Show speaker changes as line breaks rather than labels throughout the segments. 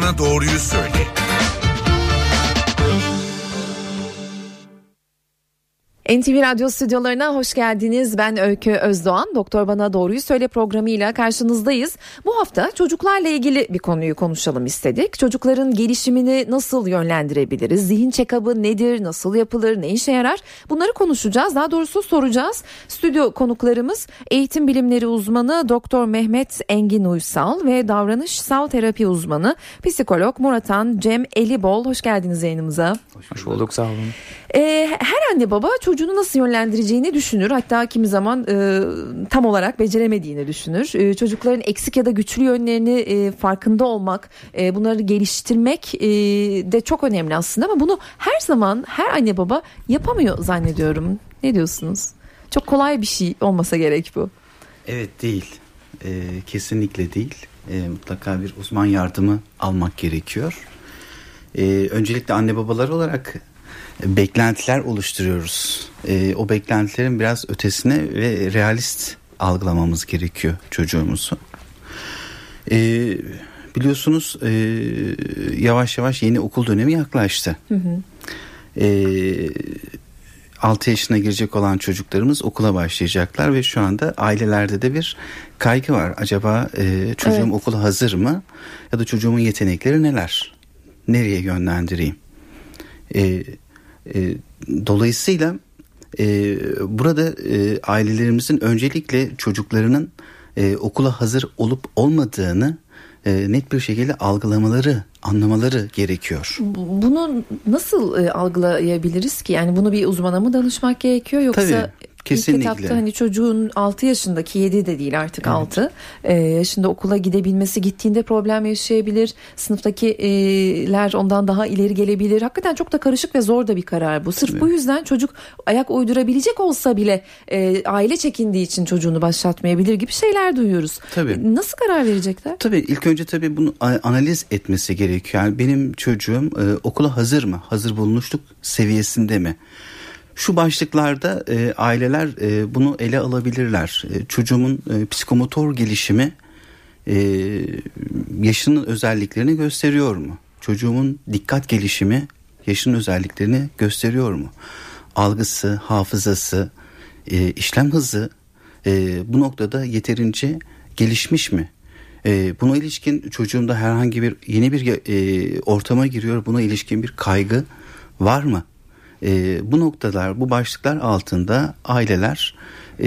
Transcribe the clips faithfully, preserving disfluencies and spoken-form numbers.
Bana Doğruyu Söyle.
N T V Radyo stüdyolarına hoş geldiniz. Ben Öykü Özdoğan. Doktor Bana Doğruyu Söyle programıyla karşınızdayız. Bu hafta çocuklarla ilgili bir konuyu konuşalım istedik. Çocukların gelişimini nasıl yönlendirebiliriz? Zihin check-up'ı nedir? Nasıl yapılır? Ne işe yarar? Bunları konuşacağız. Daha doğrusu soracağız. Stüdyo konuklarımız eğitim bilimleri uzmanı Doktor Mehmet Engin Uysal ve davranışsal terapi uzmanı psikolog Muratan Cem Elibol. Hoş geldiniz yayınımıza.
Hoş bulduk, sağ olun.
Ee, her anne baba çocuğunu nasıl yönlendireceğini düşünür. Hatta kimi zaman e, tam olarak beceremediğini düşünür. E, çocukların eksik ya da güçlü yönlerini e, farkında olmak, e, bunları geliştirmek e, de çok önemli aslında. Ama bunu her zaman her anne baba yapamıyor zannediyorum. Ne diyorsunuz? Çok kolay bir şey olmasa gerek bu.
Evet, değil. E, kesinlikle değil. E, mutlaka bir uzman yardımı almak gerekiyor. E, öncelikle anne babalar olarak beklentiler oluşturuyoruz. E, o beklentilerin biraz ötesine ve realist algılamamız gerekiyor çocuğumuzu. E, biliyorsunuz e, yavaş yavaş yeni okul dönemi yaklaştı. Hı hı. E, altı yaşına girecek olan çocuklarımız okula başlayacaklar ve şu anda ailelerde de bir kaygı var. Acaba e, çocuğum evet. okula hazır mı? Ya da çocuğumun yetenekleri neler? Nereye yönlendireyim? E, E, dolayısıyla e, burada e, ailelerimizin öncelikle çocuklarının e, okula hazır olup olmadığını e, net bir şekilde algılamaları, anlamaları gerekiyor.
Bunu nasıl e, algılayabiliriz ki? Yani bunu bir uzmana mı danışmak gerekiyor yoksa... Tabii.
Kesinlikle.
İlk etapta hani çocuğun altı yaşındaki, yedi de değil artık evet. altı e, yaşında okula gidebilmesi, gittiğinde problem yaşayabilir. Sınıftakiler ondan daha ileri gelebilir. Hakikaten çok da karışık ve zor da bir karar bu. Sırf evet. bu yüzden çocuk ayak uydurabilecek olsa bile e, aile çekindiği için çocuğunu başlatmayabilir gibi şeyler duyuyoruz.
Tabii.
Nasıl karar verecekler?
Tabii ilk önce tabii bunu analiz etmesi gerekiyor. Yani benim çocuğum e, okula hazır mı? Hazır bulunuşluk seviyesinde mi? Şu başlıklarda e, aileler e, bunu ele alabilirler. E, çocuğumun e, psikomotor gelişimi e, yaşının özelliklerini gösteriyor mu? Çocuğumun dikkat gelişimi yaşının özelliklerini gösteriyor mu? Algısı, hafızası, e, işlem hızı e, bu noktada yeterince gelişmiş mi? E, buna ilişkin çocuğumda herhangi bir yeni bir e, ortama giriyor. Buna ilişkin bir kaygı var mı? E, bu noktalar, bu başlıklar altında aileler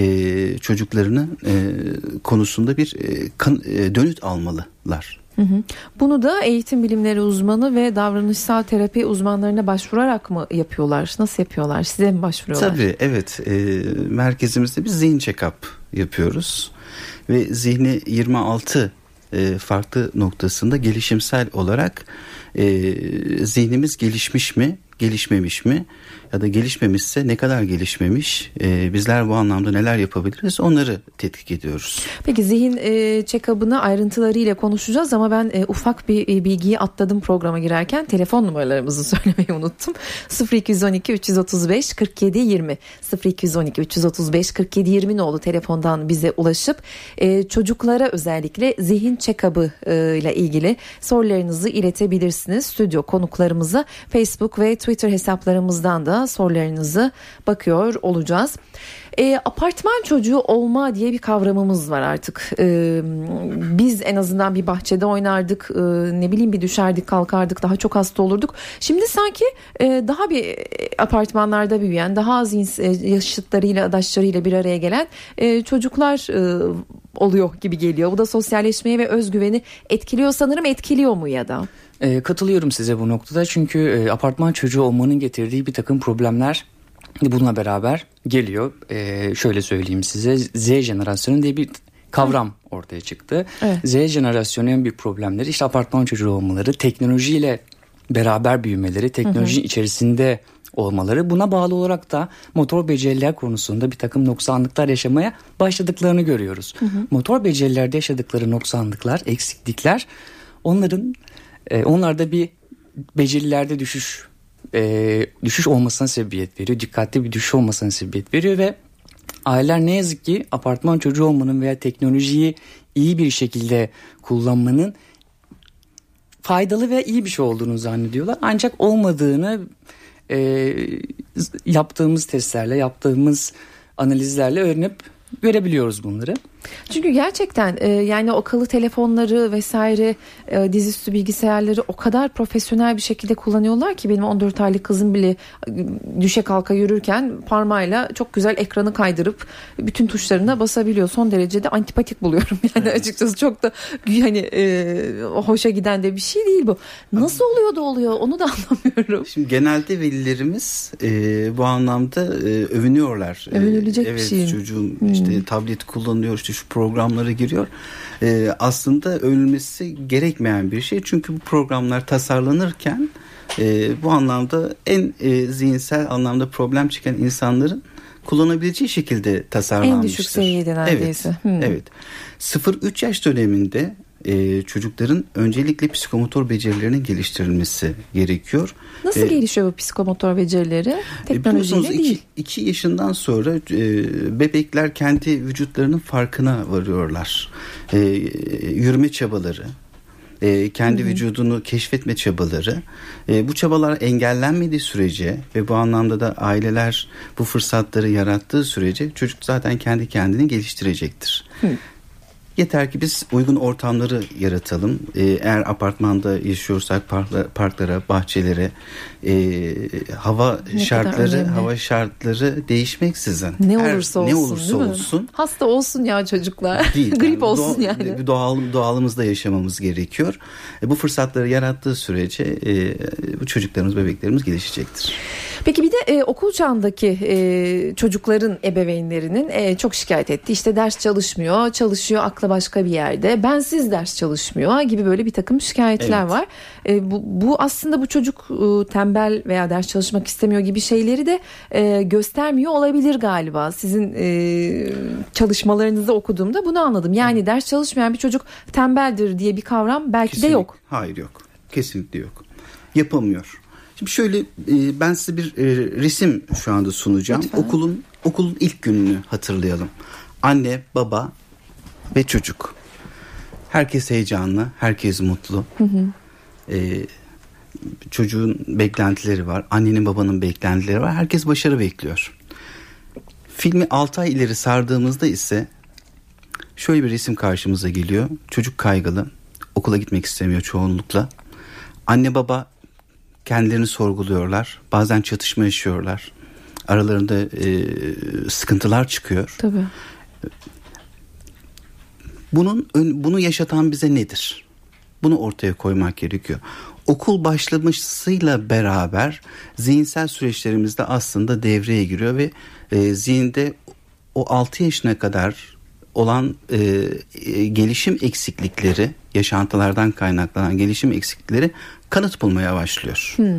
e, çocuklarını e, konusunda bir e, kan, e, dönüt almalılar.
Hı hı. Bunu da eğitim bilimleri uzmanı ve davranışsal terapi uzmanlarına başvurarak mı yapıyorlar? Nasıl yapıyorlar? Size mi başvuruyorlar?
Tabii evet. E, merkezimizde bir zihin check-up yapıyoruz ve zihni yirmi altı e, farklı noktasında gelişimsel olarak e, zihnimiz gelişmiş mi? Gelişmemiş mi ya da gelişmemişse ne kadar gelişmemiş, ee, bizler bu anlamda neler yapabiliriz, onları tetkik ediyoruz.
Peki zihin e, check-up'ını ayrıntılarıyla konuşacağız ama ben e, ufak bir e, bilgiyi atladım programa girerken. Telefon numaralarımızı söylemeyi unuttum. sıfır iki on iki üç otuz beş kırk yedi yirmi sıfır iki on iki üç otuz beş kırk yedi yirmi nolu telefondan bize ulaşıp e, çocuklara özellikle zihin check-up'ı e, ile ilgili sorularınızı iletebilirsiniz. Stüdyo konuklarımıza Facebook ve Twitter hesaplarımızdan da sorularınızı bakıyor olacağız. E, apartman çocuğu olma diye bir kavramımız var artık. E, biz en azından bir bahçede oynardık, e, ne bileyim bir düşerdik, kalkardık, daha çok hasta olurduk. Şimdi sanki e, daha bir apartmanlarda büyüyen, daha az ins- yaşıtlarıyla, adaşlarıyla bir araya gelen e, çocuklar e, oluyor gibi geliyor. Bu da sosyalleşmeyi ve özgüveni etkiliyor sanırım, etkiliyor mu ya da?
E, katılıyorum size bu noktada çünkü e, apartman çocuğu olmanın getirdiği bir takım problemler bununla beraber geliyor. E, şöyle söyleyeyim size, Z jenerasyonu diye bir kavram ortaya çıktı. Evet. Z jenerasyonunun en büyük problemleri işte apartman çocuğu olmaları, teknolojiyle beraber büyümeleri, teknolojinin içerisinde olmaları. Buna bağlı olarak da motor beceriler konusunda bir takım noksanlıklar yaşamaya başladıklarını görüyoruz. Hı hı. Motor becerilerde yaşadıkları noksanlıklar, eksiklikler onların e, onlarda bir becerilerde düşüş e, düşüş olmasına sebebiyet veriyor. Dikkatli bir düşüş olmasına sebebiyet veriyor ve aileler ne yazık ki apartman çocuğu olmanın veya teknolojiyi iyi bir şekilde kullanmanın faydalı ve iyi bir şey olduğunu zannediyorlar. Ancak olmadığını e, yaptığımız testlerle, yaptığımız analizlerle öğrenip görebiliyoruz bunları.
Çünkü gerçekten e, yani o akıllı telefonları vesaire e, dizüstü bilgisayarları o kadar profesyonel bir şekilde kullanıyorlar ki benim on dört aylık kızım bile e, düşe kalka yürürken parmağıyla çok güzel ekranı kaydırıp bütün tuşlarına basabiliyor. Son derece de antipatik buluyorum yani evet. Açıkçası çok da hani e, hoşa giden de bir şey değil bu. Nasıl oluyor da oluyor onu da anlamıyorum.
Şimdi genelde velilerimiz e, bu anlamda e, övünüyorlar.
Övünülecek
e, evet,
bir şey.
Evet çocuğum işte hmm. tablet kullanıyor, işte şu programlara giriyor. Ee, aslında övülmesi gerekmeyen bir şey. Çünkü bu programlar tasarlanırken e, bu anlamda en e, zihinsel anlamda problem çeken insanların kullanabileceği şekilde tasarlanmıştır.
En düşük seviyede neredeyse.
Evet. Hmm. Evet. sıfır üç yaş döneminde e, çocukların öncelikle psikomotor becerilerinin geliştirilmesi gerekiyor.
Nasıl e, gelişiyor bu psikomotor becerileri? Teknolojiyle
e,
değil.
iki yaşından sonra e, bebekler kendi vücutlarının farkına varıyorlar. E, yürüme çabaları, e, kendi hı hı. vücudunu keşfetme çabaları. E, bu çabalar engellenmediği sürece ve bu anlamda da aileler bu fırsatları yarattığı sürece çocuk zaten kendi kendini geliştirecektir. Hı. Yeter ki biz uygun ortamları yaratalım. Ee, eğer apartmanda yaşıyorsak parklara, parklara, bahçelere, e, hava ne şartları, hava şartları değişmeksizin.
Ne olursa
Her,
olsun.
Ne olursa olsun.
Hasta olsun ya çocuklar. Değil, Grip yani, olsun
doğal,
yani.
Doğal, doğalımızda yaşamamız gerekiyor. E, bu fırsatları yarattığı sürece e, bu çocuklarımız, bebeklerimiz gelişecektir.
Peki bir de e, okul çağındaki e, çocukların ebeveynlerinin e, çok şikayet ettiği işte ders çalışmıyor, çalışıyor akla başka bir yerde, bensiz ders çalışmıyor gibi böyle bir takım şikayetler evet. var. E, bu, bu aslında bu çocuk e, tembel veya ders çalışmak istemiyor gibi şeyleri de e, göstermiyor olabilir galiba. Sizin e, çalışmalarınızda okuduğumda bunu anladım. Yani ders çalışmayan bir çocuk tembeldir diye bir kavram belki
Kesinlikle.
de yok.
Hayır yok. Kesinlikle yok. Yapamıyor. Şimdi şöyle ben size bir resim şu anda sunacağım. Lütfen. Okulun okulun ilk gününü hatırlayalım. Anne, baba ve çocuk. Herkes heyecanlı, herkes mutlu. Hı hı. Ee, çocuğun beklentileri var, annenin babanın beklentileri var. Herkes başarı bekliyor. Filmi altı ay ileri sardığımızda ise şöyle bir resim karşımıza geliyor. Çocuk kaygılı, okula gitmek istemiyor çoğunlukla. Anne baba kendilerini sorguluyorlar. Bazen çatışma yaşıyorlar. Aralarında e, sıkıntılar çıkıyor.
Tabii.
Bunun bunu yaşatan bize nedir? Bunu ortaya koymak gerekiyor. Okul başlamasıyla beraber zihinsel süreçlerimizde aslında devreye giriyor ve e, zihinde o altı yaşına kadar olan e, e, gelişim eksiklikleri, yaşantılardan kaynaklanan gelişim eksiklikleri kanıt bulmaya başlıyor. Hmm.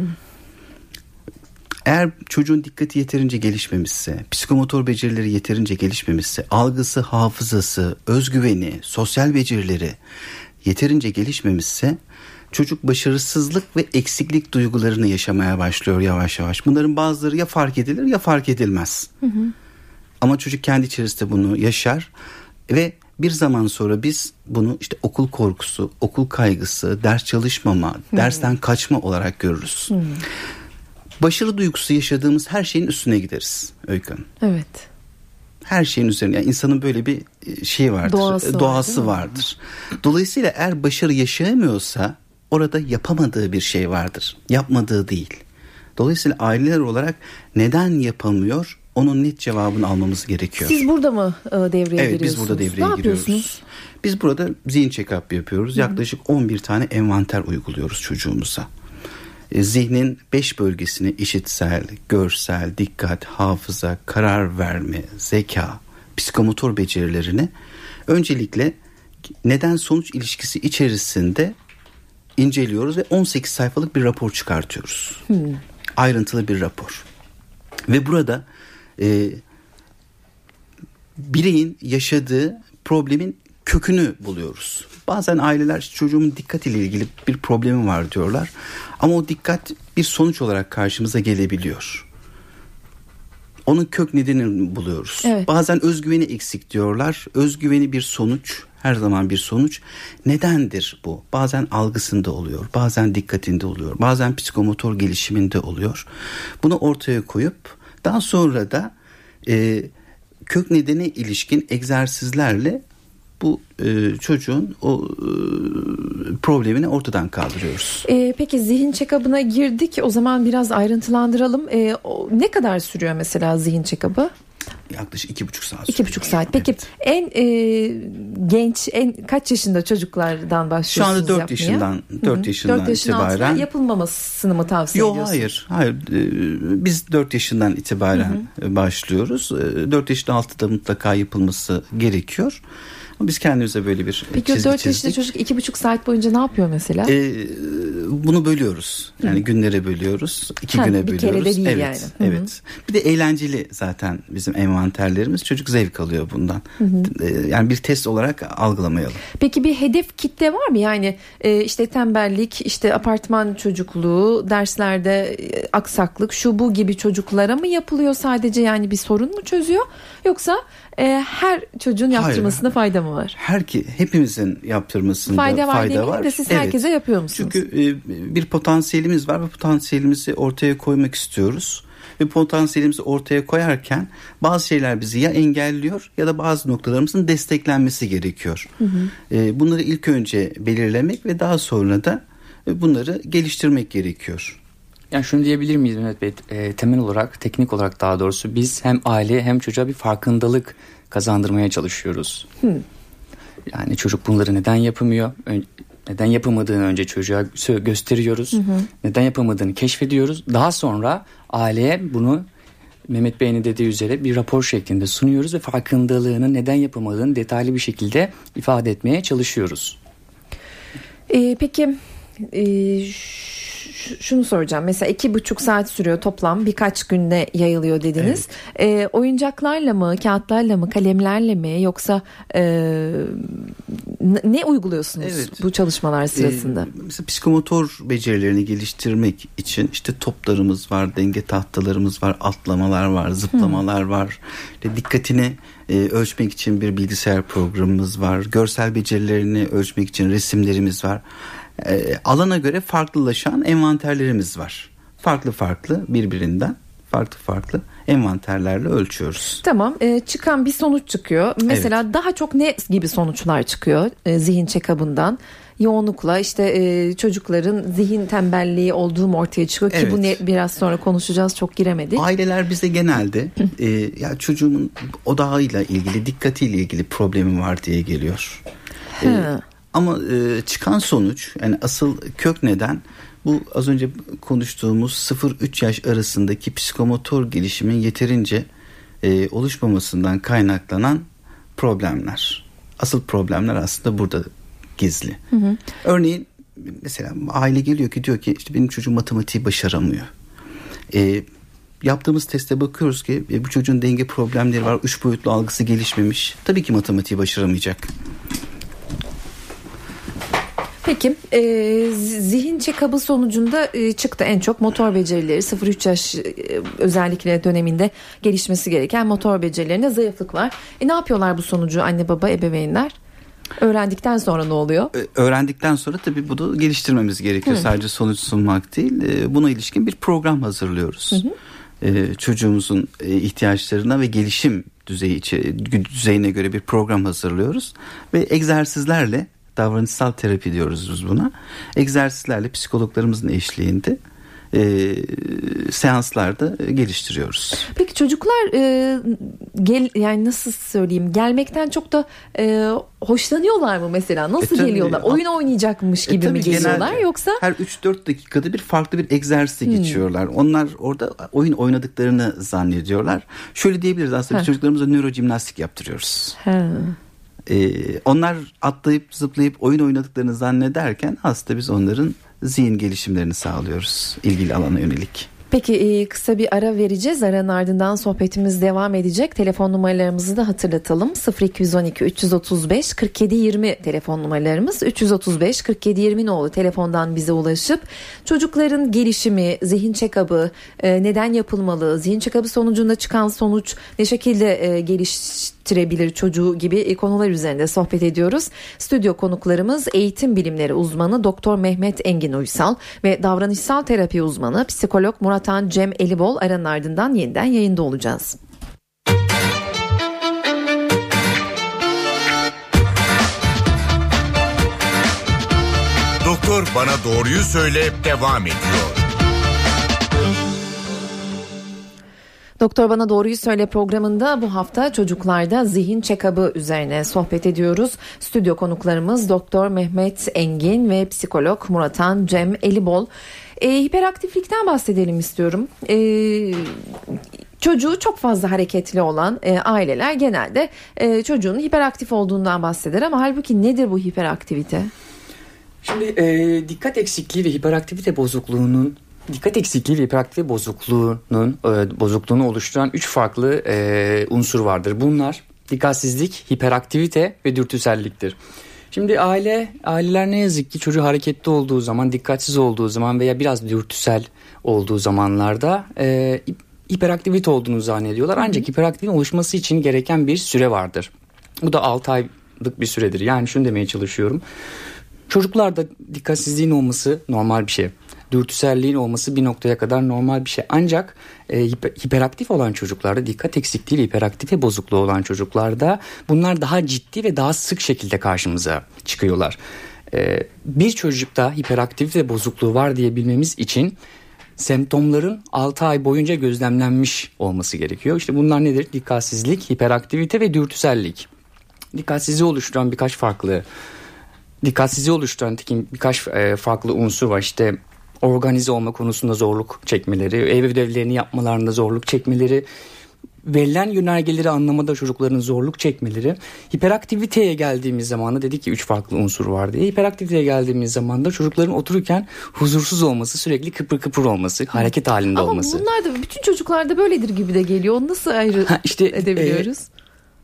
Eğer çocuğun dikkati yeterince gelişmemişse, psikomotor becerileri yeterince gelişmemişse, algısı, hafızası, özgüveni, sosyal becerileri yeterince gelişmemişse, çocuk başarısızlık ve eksiklik duygularını yaşamaya başlıyor yavaş yavaş. Bunların bazıları ya fark edilir ya fark edilmez. Hı hı. Ama çocuk kendi içerisinde bunu yaşar ve bir zaman sonra biz bunu işte okul korkusu, okul kaygısı, ders çalışmama, hmm. dersten kaçma olarak görürüz. Hmm. Başarı duygusu yaşadığımız her şeyin üstüne gideriz Öykü Hanım.
Evet.
Her şeyin üzerine, yani insanın böyle bir şey vardır, doğası, doğası var, vardır. Dolayısıyla eğer başarı yaşayamıyorsa orada yapamadığı bir şey vardır. Yapmadığı değil. Dolayısıyla aileler olarak neden yapamıyor? Onun net cevabını almamız gerekiyor.
Siz burada mı e, devreye
evet,
giriyorsunuz?
Evet, biz burada devreye
ne
giriyoruz.
Yapıyorsunuz?
Biz burada zihin check-up yapıyoruz. Hı-hı. Yaklaşık on bir tane envanter uyguluyoruz çocuğumuza. E, zihnin beş bölgesini işitsel, görsel, dikkat, hafıza, karar verme, zeka, psikomotor becerilerini öncelikle neden sonuç ilişkisi içerisinde inceliyoruz ve on sekiz sayfalık bir rapor çıkartıyoruz. Hı. Ayrıntılı bir rapor. Ve burada e, bireyin yaşadığı problemin kökünü buluyoruz. Bazen aileler çocuğumun dikkat ile ilgili bir problemi var diyorlar. Ama o dikkat bir sonuç olarak karşımıza gelebiliyor. Onun kök nedenini buluyoruz. Evet. Bazen özgüveni eksik diyorlar. Özgüveni bir sonuç. Her zaman bir sonuç. Nedendir bu? Bazen algısında oluyor, bazen dikkatinde oluyor, bazen psikomotor gelişiminde oluyor. Bunu ortaya koyup daha sonra da e, kök nedene ilişkin egzersizlerle bu e, çocuğun o e, problemini ortadan kaldırıyoruz.
E, peki zihin check-up'ına girdik. O zaman biraz ayrıntılandıralım. E, o, ne kadar sürüyor mesela zihin check-up'ı?
Yaklaşık iki buçuk saat.
İki buçuk saat. Peki evet. en e, genç, en kaç yaşında çocuklardan başlıyorsunuz
yapmaya? Şu anda dört yaşından, dört yaşından
dört yaşın
itibaren.
yapılmamasını mı tavsiye
Yok,
ediyorsunuz?
hayır, hayır. Biz dört yaşından itibaren hı hı. başlıyoruz. dört yaşın altıda mutlaka yapılması gerekiyor. Biz kendimize böyle bir
Peki
çizgi
dört yaşında
çizdik.
çocuk iki buçuk saat boyunca ne yapıyor mesela?
Ee, bunu bölüyoruz. Yani Hı. günlere bölüyoruz. İki ha, güne
bir
bölüyoruz.
Bir kere de değil
evet,
yani. Hı-hı.
Evet. Bir de eğlenceli zaten bizim envanterlerimiz. Çocuk zevk alıyor bundan. Ee, yani bir test olarak algılamayalım.
Peki bir hedef kitle var mı? Yani e, işte tembellik, işte apartman çocukluğu, derslerde e, aksaklık, şu bu gibi çocuklara mı yapılıyor sadece, yani bir sorun mu çözüyor? Yoksa e, her çocuğun yaptırmasında Hayır. fayda mı var?
Her ki hepimizin yaptırmasında fayda var.
Fayda
var.
De siz
evet.
herkese yapıyor musunuz?
Çünkü e, bir potansiyelimiz var ve potansiyelimizi ortaya koymak istiyoruz. Ve potansiyelimizi ortaya koyarken bazı şeyler bizi ya engelliyor ya da bazı noktalarımızın desteklenmesi gerekiyor. Hı hı. E, bunları ilk önce belirlemek ve daha sonra da e, bunları geliştirmek gerekiyor.
Yani şunu diyebilir miyiz Mehmet Bey? E, temel olarak, teknik olarak daha doğrusu biz hem aileye hem çocuğa bir farkındalık kazandırmaya çalışıyoruz. Hı. Yani çocuk bunları neden yapamıyor? Neden yapamadığını önce çocuğa gösteriyoruz. Hı hı. Neden yapamadığını keşfediyoruz. Daha sonra aileye bunu Mehmet Bey'in dediği üzere bir rapor şeklinde sunuyoruz ve farkındalığını, neden yapamadığını detaylı bir şekilde ifade etmeye çalışıyoruz.
Ee, peki e, şunu soracağım. Mesela iki buçuk saat sürüyor toplam, birkaç günde yayılıyor dediniz. Evet. E, oyuncaklarla mı, kağıtlarla mı, kalemlerle mi, yoksa e, ne uyguluyorsunuz evet. bu çalışmalar sırasında?
Ee, mesela psikomotor becerilerini geliştirmek için işte toplarımız var, denge tahtalarımız var, atlamalar var, zıplamalar hmm. var. İşte dikkatini e, ölçmek için bir bilgisayar programımız var. Görsel becerilerini ölçmek için resimlerimiz var. E, alana göre farklılaşan envanterlerimiz var. Farklı farklı birbirinden farklı farklı envanterlerle ölçüyoruz.
Tamam, e, çıkan bir sonuç çıkıyor. Mesela evet. daha çok ne gibi sonuçlar çıkıyor e, zihin check-up'ından? Yoğunlukla işte e, çocukların zihin tembelliği olduğu mu ortaya çıkıyor ki evet. bu ne, biraz sonra konuşacağız, çok giremedik.
Aileler bize genelde e, ya çocuğumun odağıyla ilgili, dikkatiyle ilgili problemi var diye geliyor. E, ama e, çıkan sonuç, yani asıl kök neden bu az önce konuştuğumuz sıfır üç yaş arasındaki psikomotor gelişimin yeterince e, oluşmamasından kaynaklanan problemler. Asıl problemler aslında burada gizli. Hı hı. Örneğin mesela aile geliyor ki diyor ki işte benim çocuğum matematiği başaramıyor. E, yaptığımız teste bakıyoruz ki e, bu çocuğun denge problemleri var. Üç boyutlu algısı gelişmemiş. Tabii ki matematiği başaramayacak.
Peki e, zihin check-up'ı sonucunda e, çıktı en çok motor becerileri, sıfır üç yaş e, özellikle döneminde gelişmesi gereken motor becerilerinde zayıflık var. E, ne yapıyorlar bu sonucu anne baba ebeveynler? Öğrendikten sonra ne oluyor?
Öğrendikten sonra tabii bunu geliştirmemiz gerekiyor. Hı. Sadece sonuç sunmak değil. Buna ilişkin bir program hazırlıyoruz. Hı hı. Ee, çocuğumuzun ihtiyaçlarına ve gelişim düzeyi düzeyine göre bir program hazırlıyoruz. Ve egzersizlerle, davranışsal terapi diyoruz biz buna, egzersizlerle psikologlarımızın eşliğinde E, seanslarda geliştiriyoruz.
Peki çocuklar e, gel yani nasıl söyleyeyim, gelmekten çok da e, hoşlanıyorlar mı mesela? Nasıl e, tabii, geliyorlar? Oyun oynayacakmış gibi e, mi geliyorlar yoksa?
Her üç dört dakikada bir farklı bir egzersize hmm. geçiyorlar. Onlar orada oyun oynadıklarını zannediyorlar. Şöyle diyebiliriz aslında, çocuklarımıza nörojimnastik yaptırıyoruz. Ha. Ee, onlar atlayıp zıplayıp oyun oynadıklarını zannederken aslında biz onların zihin gelişimlerini sağlıyoruz ilgili alana yönelik.
Peki kısa bir ara vereceğiz. Aranın ardından sohbetimiz devam edecek. Telefon numaralarımızı da hatırlatalım. sıfır iki on iki üç otuz beş kırk yedi yirmi telefon numaralarımız. üç yüz otuz beş kırk yedi yirmi nolu telefondan bize ulaşıp çocukların gelişimi, zihin check-up'ı neden yapılmalı, zihin check-up'ı sonucunda çıkan sonuç ne şekilde gelişti, yetiştirebilir çocuğu gibi konular üzerinde sohbet ediyoruz. Stüdyo konuklarımız eğitim bilimleri uzmanı Doktor Mehmet Engin Uysal ve davranışsal terapi uzmanı psikolog Muratan Cem Elibol. Aranın ardından yeniden yayında olacağız.
Doktor Bana Doğruyu Söyle devam ediyor.
Doktor Bana Doğruyu Söyle programında bu hafta çocuklarda zihin check-up'ı üzerine sohbet ediyoruz. Stüdyo konuklarımız Doktor Mehmet Engin ve psikolog Muratan Cem Elibol. E, hiperaktiflikten bahsedelim istiyorum. E, çocuğu çok fazla hareketli olan e, aileler genelde e, çocuğun hiperaktif olduğundan bahseder ama halbuki nedir bu hiperaktivite?
Şimdi e, dikkat eksikliği ve hiperaktivite bozukluğunun dikkat eksikliği ve hiperaktivite bozukluğunun e, bozukluğunu oluşturan üç farklı e, unsur vardır. Bunlar dikkatsizlik, hiperaktivite ve dürtüselliktir. Şimdi aile aileler ne yazık ki çocuğu hareketli olduğu zaman, dikkatsiz olduğu zaman veya biraz dürtüsel olduğu zamanlarda e, hiperaktivite olduğunu zannediyorlar. Ancak hiperaktivitenin oluşması için gereken bir süre vardır. Bu da altı aylık bir süredir. Yani şunu demeye çalışıyorum. Çocuklarda dikkatsizliğin olması normal bir şey. Dürtüselliğin olması bir noktaya kadar normal bir şey. Ancak e, hiperaktif olan çocuklarda, dikkat eksikliği ve hiperaktivite bozukluğu olan çocuklarda bunlar daha ciddi ve daha sık şekilde karşımıza çıkıyorlar. E, bir çocukta hiperaktivite bozukluğu var diyebilmemiz için semptomların altı ay boyunca gözlemlenmiş olması gerekiyor. İşte bunlar nedir? Dikkatsizlik, hiperaktivite ve dürtüsellik. Dikkatsizliği oluşturan birkaç farklı Dikkatsizliği oluşturan birkaç e, farklı unsur var. İşte organize olma konusunda zorluk çekmeleri, ev ödevlerini yapmalarında zorluk çekmeleri, verilen yönergeleri anlamada çocukların zorluk çekmeleri. Hiperaktiviteye geldiğimiz zaman da dedik ki üç farklı unsur var diye. Hiperaktiviteye geldiğimiz zaman da çocukların otururken huzursuz olması, sürekli kıpır kıpır olması, hareket halinde
Ama
olması.
Ama bunlar da bütün çocuklarda böyledir gibi de geliyor. Onu nasıl ayrı ha, işte, edebiliyoruz? E,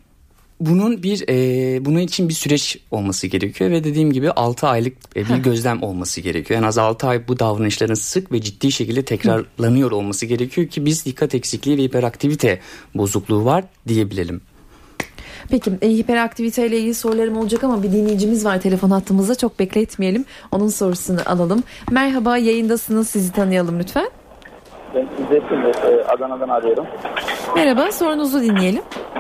Bunun bir e, bunun için bir süreç olması gerekiyor ve dediğim gibi altı aylık e, bir gözlem olması gerekiyor. En az altı ay bu davranışların sık ve ciddi şekilde tekrarlanıyor olması gerekiyor ki biz dikkat eksikliği ve hiperaktivite bozukluğu var diyebilelim.
Peki e, hiperaktivite ile ilgili sorularım olacak ama bir dinleyicimiz var telefon hattımızda, çok bekletmeyelim. Onun sorusunu alalım. Merhaba, yayındasınız, sizi tanıyalım lütfen.
Ben size şimdi Adana'dan arıyorum.
Merhaba, sorunuzu dinleyelim.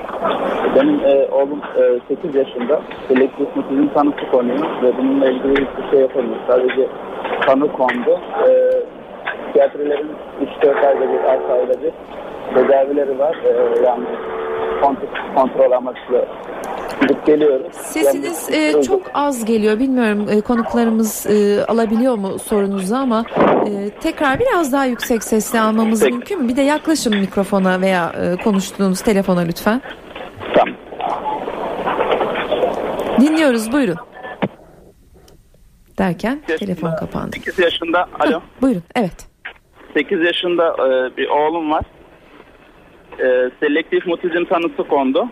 Benim e, oğlum e, sekiz yaşında, selektif mutizm tanısı konuyor ve bununla ilgili hiçbir şey yapılmıyor. Sadece tanı kondu. E, psikiyatrilerin üç dört ayda bir, altı ayda bir tedavileri var. E, yani kontrol, kontrol amaçlı gidip geliyoruz.
Sesiniz
yani,
e, çok az geliyor. Bilmiyorum e, konuklarımız e, alabiliyor mu sorunuzu ama e, tekrar biraz daha yüksek sesle almamız Peki. mümkün mü? Bir de yaklaşın mikrofona veya e, konuştuğunuz telefona lütfen.
Tamam.
Dinliyoruz, buyurun. Derken telefon kapandı.
sekiz yaşında, alo.
Hah, buyurun, evet.
sekiz yaşında e, bir oğlum var. E, selektif mutizm tanısı kondu.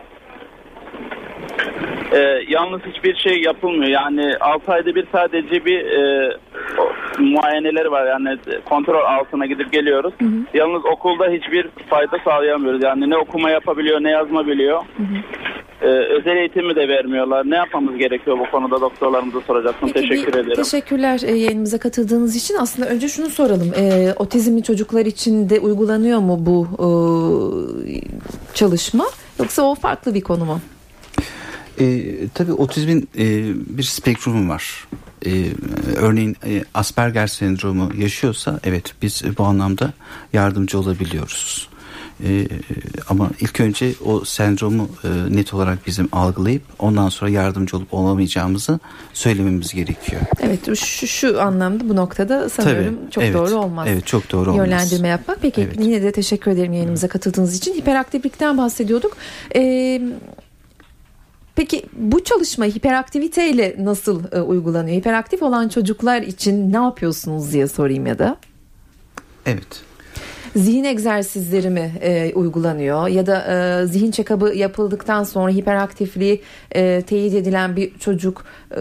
E, yalnız hiçbir şey yapılmıyor. Yani altı ayda bir sadece bir e, muayeneleri var. Yani kontrol altına gidip geliyoruz. Hı hı. Yalnız okulda hiçbir fayda sağlayamıyoruz. Yani ne okuma yapabiliyor, ne yazma biliyor. Hı hı. Ee, özel eğitimi de vermiyorlar. Ne yapmamız gerekiyor bu konuda, doktorlarımıza soracaktım. Peki, teşekkür ederim.
Teşekkürler e, yayınımıza katıldığınız için. Aslında önce şunu soralım. E, otizmli çocuklar için de uygulanıyor mu bu e, çalışma? Yoksa o farklı bir konu mu?
E, tabii otizmin e, bir spektrumu var. E, örneğin e, Asperger sendromu yaşıyorsa evet biz bu anlamda yardımcı olabiliyoruz. Ee, ama ilk önce o sendromu e, net olarak bizim algılayıp ondan sonra yardımcı olup olamayacağımızı söylememiz gerekiyor.
Evet, şu, şu anlamda bu noktada sanıyorum Tabii, çok evet, doğru olmaz.
Evet, çok doğru olmaz.
Yönlendirme yapmak. Peki evet. Yine de teşekkür ederim yayınımıza katıldığınız için. Hiperaktiflikten bahsediyorduk. Ee, peki bu çalışma hiperaktiviteyle nasıl e, uygulanıyor? Hiperaktif olan çocuklar için ne yapıyorsunuz diye sorayım ya da.
Evet.
Zihin egzersizleri mi e, uygulanıyor ya da e, zihin check-up'ı yapıldıktan sonra hiperaktifliği e, teyit edilen bir çocuk e,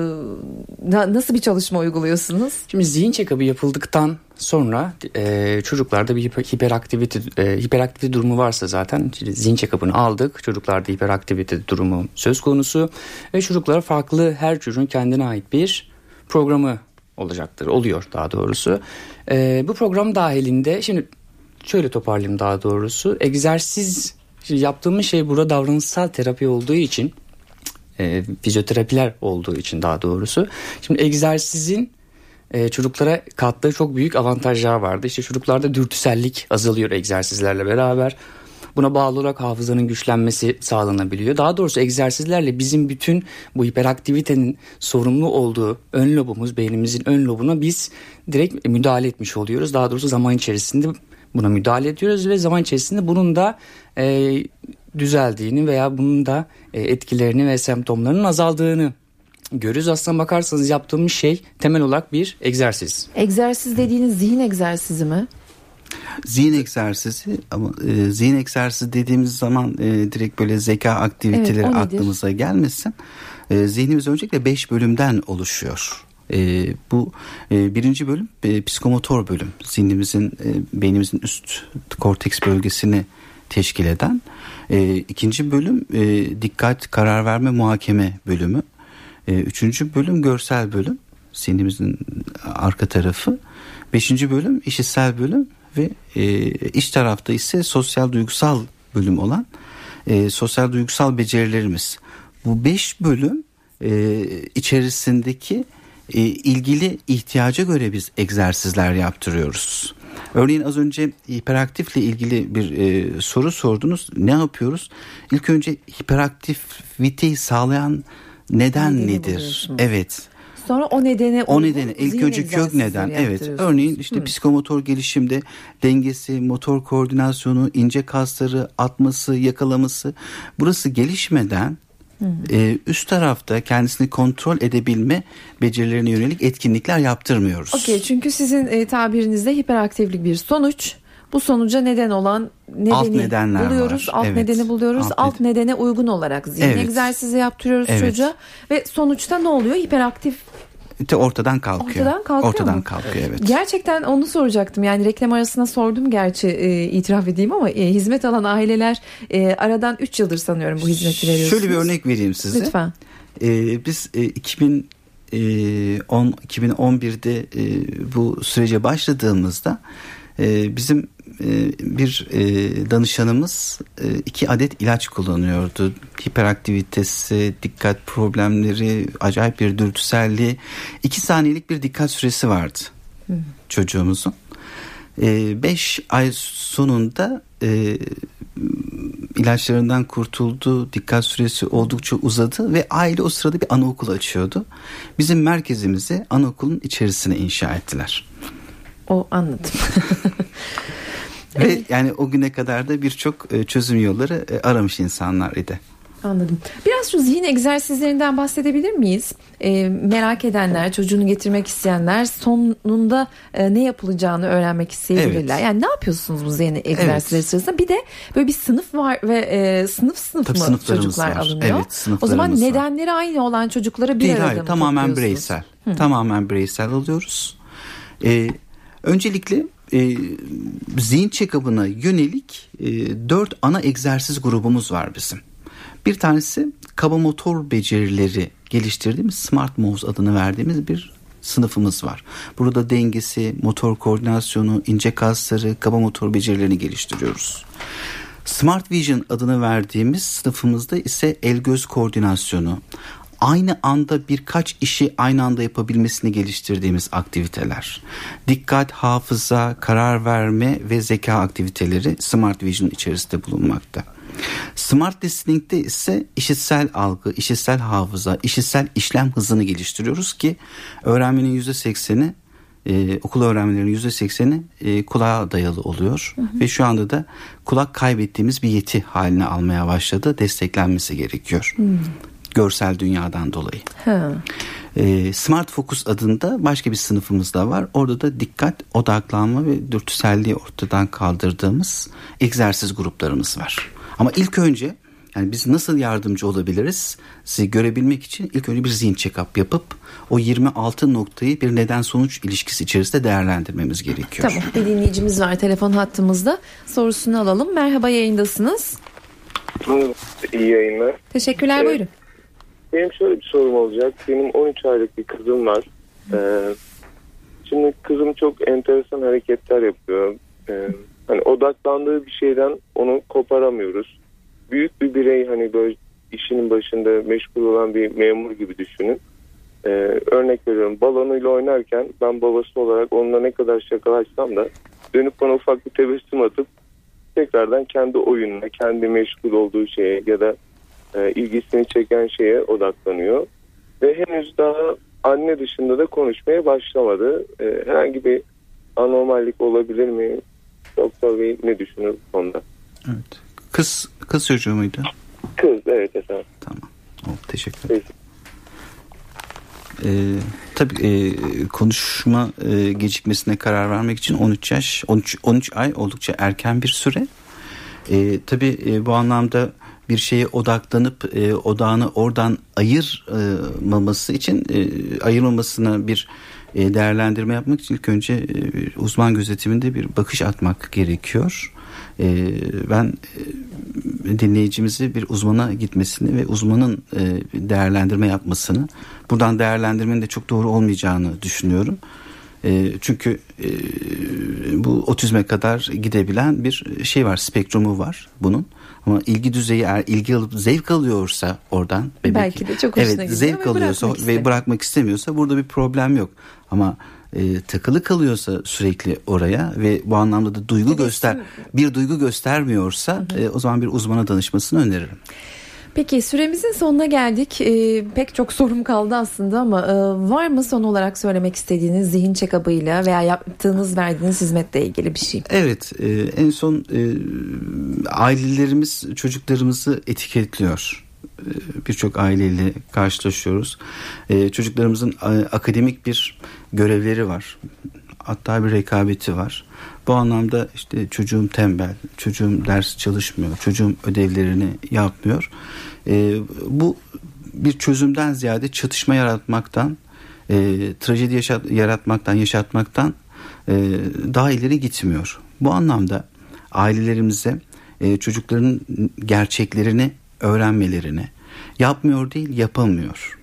na, nasıl bir çalışma uyguluyorsunuz?
Şimdi zihin check-up'ı yapıldıktan sonra e, çocuklarda bir hiperaktivite e, hiperaktivite durumu varsa zaten zihin check-up'ını aldık. Çocuklarda hiperaktivite durumu söz konusu ve çocuklara farklı, her çocuğun kendine ait bir programı olacaktır. Oluyor daha doğrusu. E, bu program dahilinde şimdi şöyle toparlayayım daha doğrusu. Egzersiz, şimdi yaptığımız şey burada davranışsal terapi olduğu için, e, fizyoterapiler olduğu için daha doğrusu. Şimdi egzersizin e, çocuklara kattığı çok büyük avantajlar vardı. İşte çocuklarda dürtüsellik azalıyor egzersizlerle beraber. Buna bağlı olarak hafızanın güçlenmesi sağlanabiliyor. Daha doğrusu egzersizlerle bizim bütün bu hiperaktivitenin sorumlu olduğu ön lobumuz, beynimizin ön lobuna biz direkt müdahale etmiş oluyoruz. Daha doğrusu zaman içerisinde buna müdahale ediyoruz ve zaman içerisinde bunun da e, düzeldiğini veya bunun da e, etkilerini ve semptomlarının azaldığını görürüz. Aslına bakarsanız yaptığımız şey temel olarak bir egzersiz.
Egzersiz dediğiniz zihin egzersizi mi?
Zihin egzersizi, ama e, zihin egzersizi dediğimiz zaman e, direkt böyle zeka aktiviteleri
evet,
aklımıza gelmesin. E, zihnimiz öncelikle beş bölümden oluşuyor. E, bu e, birinci bölüm e, psikomotor bölüm. Zihnimizin, e, beynimizin üst korteks bölgesini teşkil eden. E, ikinci bölüm e, dikkat, karar verme, muhakeme bölümü. E, üçüncü bölüm görsel bölüm. Zihnimizin arka tarafı. Beşinci bölüm işitsel bölüm. Ve e, iç tarafta ise sosyal duygusal bölüm olan e, sosyal duygusal becerilerimiz. Bu beş bölüm e, içerisindeki e, ilgili ihtiyaca göre biz egzersizler yaptırıyoruz. Örneğin az önce hiperaktifle ilgili bir e, soru sordunuz. Ne yapıyoruz? İlk önce hiperaktiviteyi sağlayan neden
Nedeni
nedir? Evet.
Sonra o nedene
o nedeni ilk önce kök neden, evet, örneğin işte hmm. psikomotor gelişimde dengesi, motor koordinasyonu, ince kasları atması, yakalaması, burası gelişmeden hmm. e, üst tarafta kendisini kontrol edebilme becerilerine yönelik etkinlikler yaptırmıyoruz.
Okey, çünkü sizin e, tabirinizde hiperaktiflik bir sonuç. Bu sonuca neden olan nedeni
alt nedenler
buluyoruz.
Var.
Alt
evet.
nedeni buluyoruz. Alt, alt nedene uygun olarak zihin evet. egzersizi yaptırıyoruz evet. çocuğa ve sonuçta ne oluyor? Hiperaktif
ortadan kalkıyor.
Ortadan kalkıyor
Ortadan
mu?
kalkıyor evet.
Gerçekten onu soracaktım. Yani reklam arasına sordum gerçi e, itiraf edeyim ama e, hizmet alan aileler e, aradan üç yıldır sanıyorum bu hizmeti veriyorsunuz.
Şöyle bir örnek vereyim size.
Lütfen.
E, biz e, iki bin on iki bin on birde e, bu sürece başladığımızda e, bizim e, bir e, danışanımız e, iki adet ilaç kullanıyordu. Hiperaktivitesi, dikkat problemleri, acayip bir dürtüselliği. iki saniyelik bir dikkat süresi vardı hmm. çocuğumuzun. E, beş ay sonunda e, ilaçlarından kurtuldu. Dikkat süresi oldukça uzadı ve aile o sırada bir anaokulu açıyordu. Bizim merkezimizi anaokulun içerisine inşa ettiler.
O anladım.
Ve yani o güne kadar da birçok çözüm yolları aramış insanlar idi.
Anladım. Biraz şu zihin egzersizlerinden bahsedebilir miyiz? E, merak edenler, çocuğunu getirmek isteyenler sonunda e, ne yapılacağını öğrenmek isteyebilirler. Evet. Yani ne yapıyorsunuz bu zihin egzersizleri evet. sırasında? Bir de böyle bir sınıf var ve e, sınıf sınıf
Tabii
mı çocuklar var. alınıyor?
Evet,
o zaman nedenleri var. Aynı olan çocuklara bir
Değil,
arada
hayır,
mı
tamamen bireysel. Hı. Tamamen bireysel alıyoruz. Ee, öncelikle e, zihin check-up'ına yönelik e, dört ana egzersiz grubumuz var bizim. Bir tanesi kaba motor becerileri geliştirdiğimiz Smart Moves adını verdiğimiz bir sınıfımız var. Burada dengesi, motor koordinasyonu, ince kasları, kaba motor becerilerini geliştiriyoruz. Smart Vision adını verdiğimiz sınıfımızda ise el göz koordinasyonu, aynı anda birkaç işi aynı anda yapabilmesini geliştirdiğimiz aktiviteler. Dikkat, hafıza, karar verme ve zeka aktiviteleri Smart Vision içerisinde bulunmakta. Smart Listening'de ise işitsel algı, işitsel hafıza, işitsel işlem hızını geliştiriyoruz ki öğrenmenin yüzde sekseni, e, okul öğrenmelerinin yüzde sekseni e, kulağa dayalı oluyor. Hı hı. Ve şu anda da kulak kaybettiğimiz bir yeti haline almaya başladı. Desteklenmesi gerekiyor. Hı. Görsel dünyadan dolayı.
Hı.
E, Smart Focus adında başka bir sınıfımız da var. Orada da dikkat, odaklanma ve dürtüselliği ortadan kaldırdığımız egzersiz gruplarımız var. Ama ilk önce yani biz nasıl yardımcı olabiliriz? Sizi görebilmek için ilk önce bir zihin check-up yapıp o yirmi altı noktayı bir neden sonuç ilişkisi içerisinde değerlendirmemiz gerekiyor.
Tamam, bir dinleyicimiz var telefon hattımızda. Sorusunu alalım. Merhaba, yayındasınız.
İyi yayınlar.
Teşekkürler,
Evet.
buyurun.
Benim şöyle bir sorum olacak. Benim on üç aylık bir kızım var. Ee, şimdi kızım çok enteresan hareketler yapıyor. Ee, hani odaklandığı bir şeyden onu koparamıyoruz. Büyük bir birey, hani böyle işinin başında meşgul olan bir memur gibi düşünün. Ee, örnek veriyorum, balonuyla oynarken ben babası olarak onunla ne kadar şakalaşsam da dönüp bana ufak bir tebessüm atıp tekrardan kendi oyununa, kendi meşgul olduğu şeye ya da e, ilgisini çeken şeye odaklanıyor. Ve henüz daha anne dışında da konuşmaya başlamadı. E, herhangi bir anormallik olabilir mi? Doktor Bey ne düşünür bu konuda?
Evet. Kız kız çocuğu muydu?
Kız, evet efendim.
Tamam. Oh, teşekkür ederim.
Peki.
Ee, tabii e, konuşma e, gecikmesine karar vermek için on üç yaş on üç on üç ay oldukça erken bir süre. E, tabii e, bu anlamda bir şeye odaklanıp e, odağını oradan ayırmaması için e, ayırmamasına bir e, değerlendirme yapmak için ilk önce e, uzman gözetiminde bir bakış atmak gerekiyor. E, ben e, dinleyicimizi bir uzmana gitmesini ve uzmanın e, değerlendirme yapmasını, buradan değerlendirmenin de çok doğru olmayacağını düşünüyorum. E, çünkü e, bu otizme kadar gidebilen bir şey var, spektrumu var bunun. Ama ilgi düzeyi, eğer ilgi alıp zevk alıyorsa oradan bebek,
belki de çok hoşuna
evet,
gidiyor
zevk
ve
alıyorsa
bırakmak
ve bırakmak istemiyorsa burada bir problem yok. Ama e, takılı kalıyorsa sürekli oraya ve bu anlamda da duygu göster bir duygu göstermiyorsa e, o zaman bir uzmana danışmasını öneririm.
Peki, süremizin sonuna geldik. Ee, pek çok sorum kaldı aslında ama e, var mı son olarak söylemek istediğiniz zihin check-up'ıyla veya yaptığınız, verdiğiniz hizmetle ilgili bir şey?
Evet, e, en son e, ailelerimiz çocuklarımızı etiketliyor. E, birçok aileyle karşılaşıyoruz. E, çocuklarımızın e, akademik bir görevleri var. Hatta bir rekabeti var. Bu anlamda işte çocuğum tembel, çocuğum ders çalışmıyor, çocuğum ödevlerini yapmıyor. E, bu bir çözümden ziyade çatışma yaratmaktan, e, trajedi yaşat, yaratmaktan, yaşatmaktan e, daha ileri gitmiyor. Bu anlamda ailelerimize e, çocukların gerçeklerini öğrenmelerini, yapmıyor değil yapamıyor,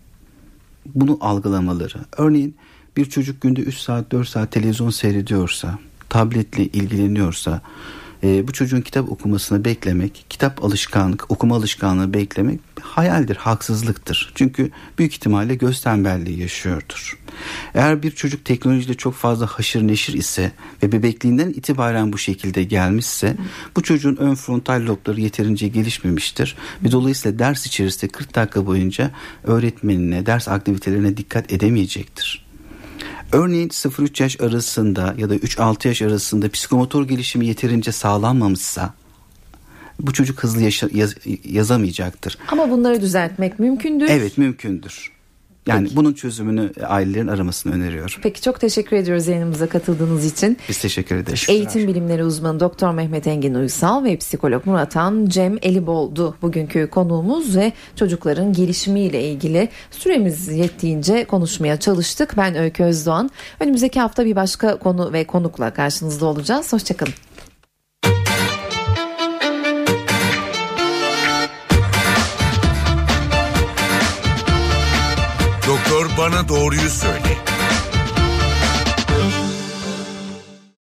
bunu algılamaları. Örneğin bir çocuk günde üç saat dört saat televizyon seyrediyorsa, tabletle ilgileniyorsa, e, bu çocuğun kitap okumasını beklemek, kitap alışkanlık, okuma alışkanlığı beklemek hayaldir, haksızlıktır. Çünkü büyük ihtimalle göz tembelliği yaşıyordur. Eğer bir çocuk teknolojiyle çok fazla haşır neşir ise ve bebekliğinden itibaren bu şekilde gelmişse, bu çocuğun ön frontal lobları yeterince gelişmemiştir ve dolayısıyla ders içerisinde kırk dakika boyunca öğretmenine, ders aktivitelerine dikkat edemeyecektir. Örneğin sıfır üç yaş arasında ya da üç altı yaş arasında psikomotor gelişimi yeterince sağlanmamışsa bu çocuk hızlı yaşa, yaz, yazamayacaktır.
Ama bunları düzeltmek mümkündür.
Evet, mümkündür. Yani
Peki.
bunun çözümünü ailelerin aramasını öneriyorum.
Peki, çok teşekkür ediyoruz yayınımıza katıldığınız için.
Biz teşekkür ederiz.
Eğitim bilimleri uzmanı Doktor Mehmet Engin Uysal ve psikolog Murat Han Cem Elibol'du bugünkü konuğumuz ve çocukların gelişimiyle ilgili süremiz yettiğince konuşmaya çalıştık. Ben Öykü Özdoğan. Önümüzdeki hafta bir başka konu ve konukla karşınızda olacağız. Hoşçakalın.
Doktor Bana Doğruyu Söyle.